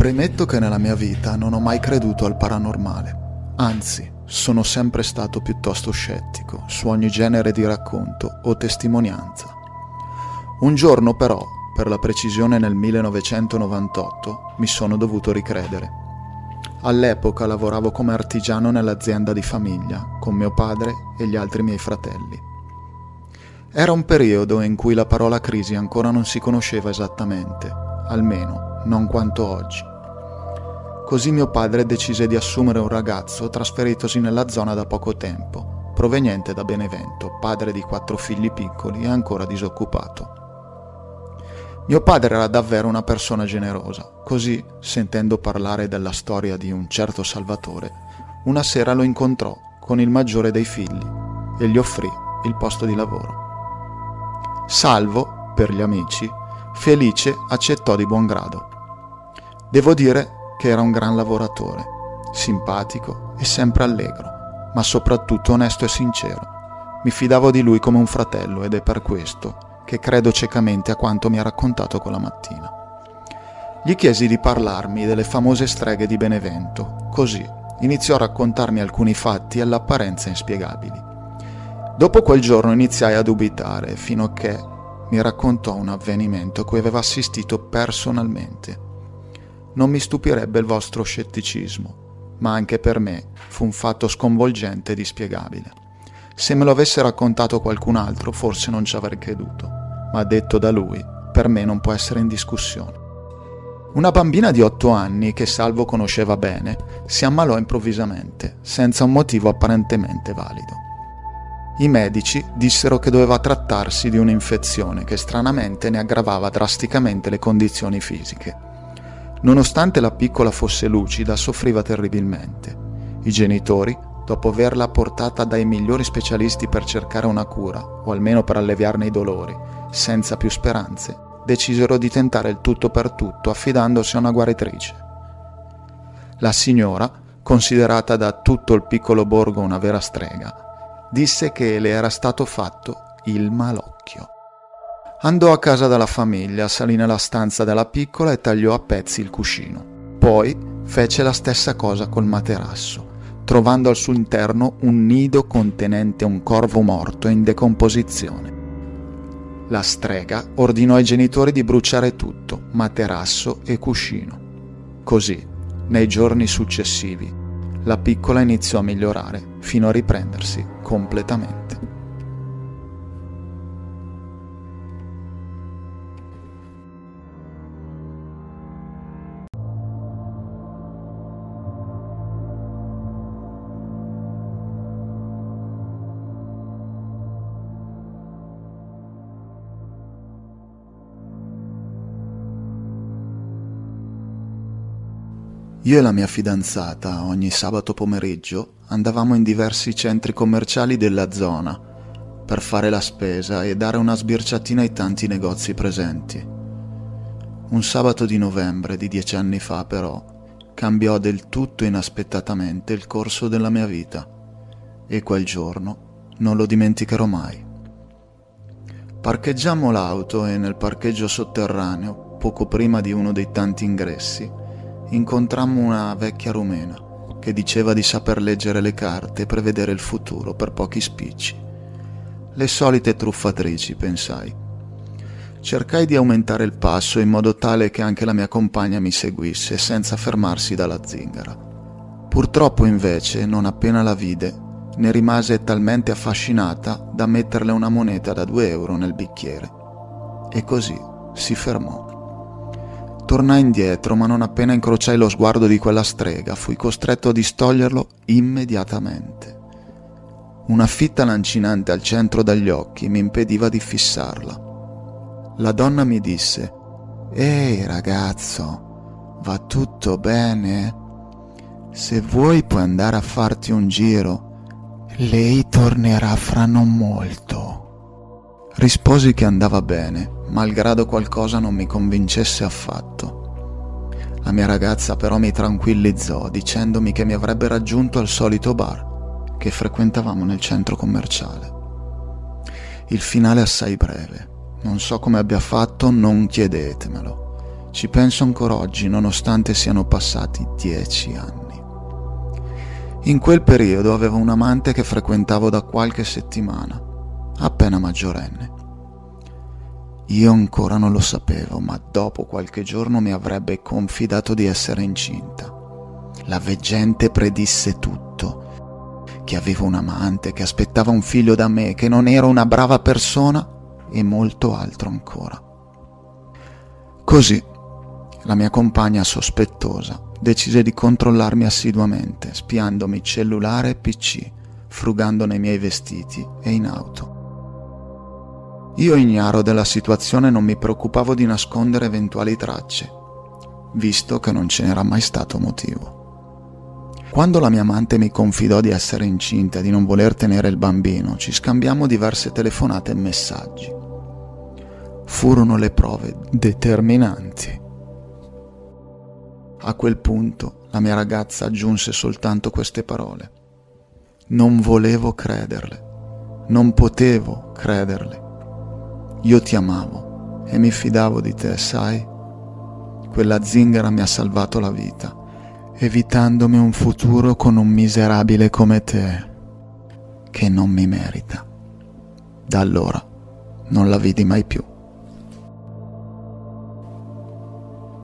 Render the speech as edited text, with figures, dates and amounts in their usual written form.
Premetto che nella mia vita non ho mai creduto al paranormale, anzi, sono sempre stato piuttosto scettico su ogni genere di racconto o testimonianza. Un giorno però, per la precisione nel 1998, mi sono dovuto ricredere. All'epoca lavoravo come artigiano nell'azienda di famiglia, con mio padre e gli altri miei fratelli. Era un periodo in cui la parola crisi ancora non si conosceva esattamente, almeno non quanto oggi. Così mio padre decise di assumere un ragazzo trasferitosi nella zona da poco tempo, proveniente da Benevento, padre di 4 figli piccoli e ancora disoccupato. Mio padre era davvero una persona generosa, così, sentendo parlare della storia di un certo Salvatore, una sera lo incontrò con il maggiore dei figli e gli offrì il posto di lavoro. Salvo, per gli amici, felice accettò di buon grado. Devo dire che era un gran lavoratore, simpatico e sempre allegro, ma soprattutto onesto e sincero. Mi fidavo di lui come un fratello ed è per questo che credo ciecamente a quanto mi ha raccontato quella mattina. Gli chiesi di parlarmi delle famose streghe di Benevento, così iniziò a raccontarmi alcuni fatti all'apparenza inspiegabili. Dopo quel giorno iniziai a dubitare fino a che mi raccontò un avvenimento a cui aveva assistito personalmente. Non mi stupirebbe il vostro scetticismo, ma anche per me fu un fatto sconvolgente e inspiegabile. Se me lo avesse raccontato qualcun altro forse non ci avrei creduto, ma detto da lui, per me non può essere in discussione. Una bambina di 8 anni, che Salvo conosceva bene, si ammalò improvvisamente, senza un motivo apparentemente valido. I medici dissero che doveva trattarsi di un'infezione che stranamente ne aggravava drasticamente le condizioni fisiche. Nonostante la piccola fosse lucida, soffriva terribilmente. I genitori, dopo averla portata dai migliori specialisti per cercare una cura, o almeno per alleviarne i dolori, senza più speranze, decisero di tentare il tutto per tutto affidandosi a una guaritrice. La signora, considerata da tutto il piccolo borgo una vera strega, disse che le era stato fatto il malocchio. Andò a casa della famiglia, salì nella stanza della piccola e tagliò a pezzi il cuscino. Poi fece la stessa cosa col materasso, trovando al suo interno un nido contenente un corvo morto in decomposizione. La strega ordinò ai genitori di bruciare tutto, materasso e cuscino. Così, nei giorni successivi, la piccola iniziò a migliorare fino a riprendersi completamente. Io e la mia fidanzata ogni sabato pomeriggio andavamo in diversi centri commerciali della zona per fare la spesa e dare una sbirciatina ai tanti negozi presenti. Un sabato di novembre di 10 anni fa, però, cambiò del tutto inaspettatamente il corso della mia vita e quel giorno non lo dimenticherò mai. Parcheggiammo l'auto e nel parcheggio sotterraneo, poco prima di uno dei tanti ingressi, incontrammo una vecchia rumena che diceva di saper leggere le carte e prevedere il futuro per pochi spicci. Le solite truffatrici, pensai. Cercai di aumentare il passo in modo tale che anche la mia compagna mi seguisse senza fermarsi dalla zingara. Purtroppo invece, non appena la vide, ne rimase talmente affascinata da metterle una moneta da 2 euro nel bicchiere. E così si fermò. Tornai indietro, ma non appena incrociai lo sguardo di quella strega, fui costretto a distoglierlo immediatamente. Una fitta lancinante al centro degli occhi mi impediva di fissarla. La donna mi disse: «Ehi ragazzo, va tutto bene? Se vuoi puoi andare a farti un giro. Lei tornerà fra non molto». Risposi che andava bene, malgrado qualcosa non mi convincesse affatto. La mia ragazza però mi tranquillizzò dicendomi che mi avrebbe raggiunto al solito bar che frequentavamo nel centro commerciale. Il finale è assai breve, non so come abbia fatto, non chiedetemelo. Ci penso ancora oggi, nonostante siano passati 10 anni. In quel periodo avevo un amante che frequentavo da qualche settimana, appena maggiorenne. Io ancora non lo sapevo, ma dopo qualche giorno mi avrebbe confidato di essere incinta. La veggente predisse tutto, che avevo un amante, che aspettava un figlio da me, che non ero una brava persona e molto altro ancora. Così, la mia compagna sospettosa decise di controllarmi assiduamente, spiandomi cellulare e PC, frugando nei miei vestiti e in auto. Io, ignaro della situazione, non mi preoccupavo di nascondere eventuali tracce, visto che non ce n'era mai stato motivo. Quando la mia amante mi confidò di essere incinta e di non voler tenere il bambino, ci scambiammo diverse telefonate e messaggi. Furono le prove determinanti. A quel punto la mia ragazza aggiunse soltanto queste parole. Non volevo crederle, non potevo crederle. Io ti amavo e mi fidavo di te, sai? Quella zingara mi ha salvato la vita, evitandomi un futuro con un miserabile come te, che non mi merita. Da allora non la vidi mai più.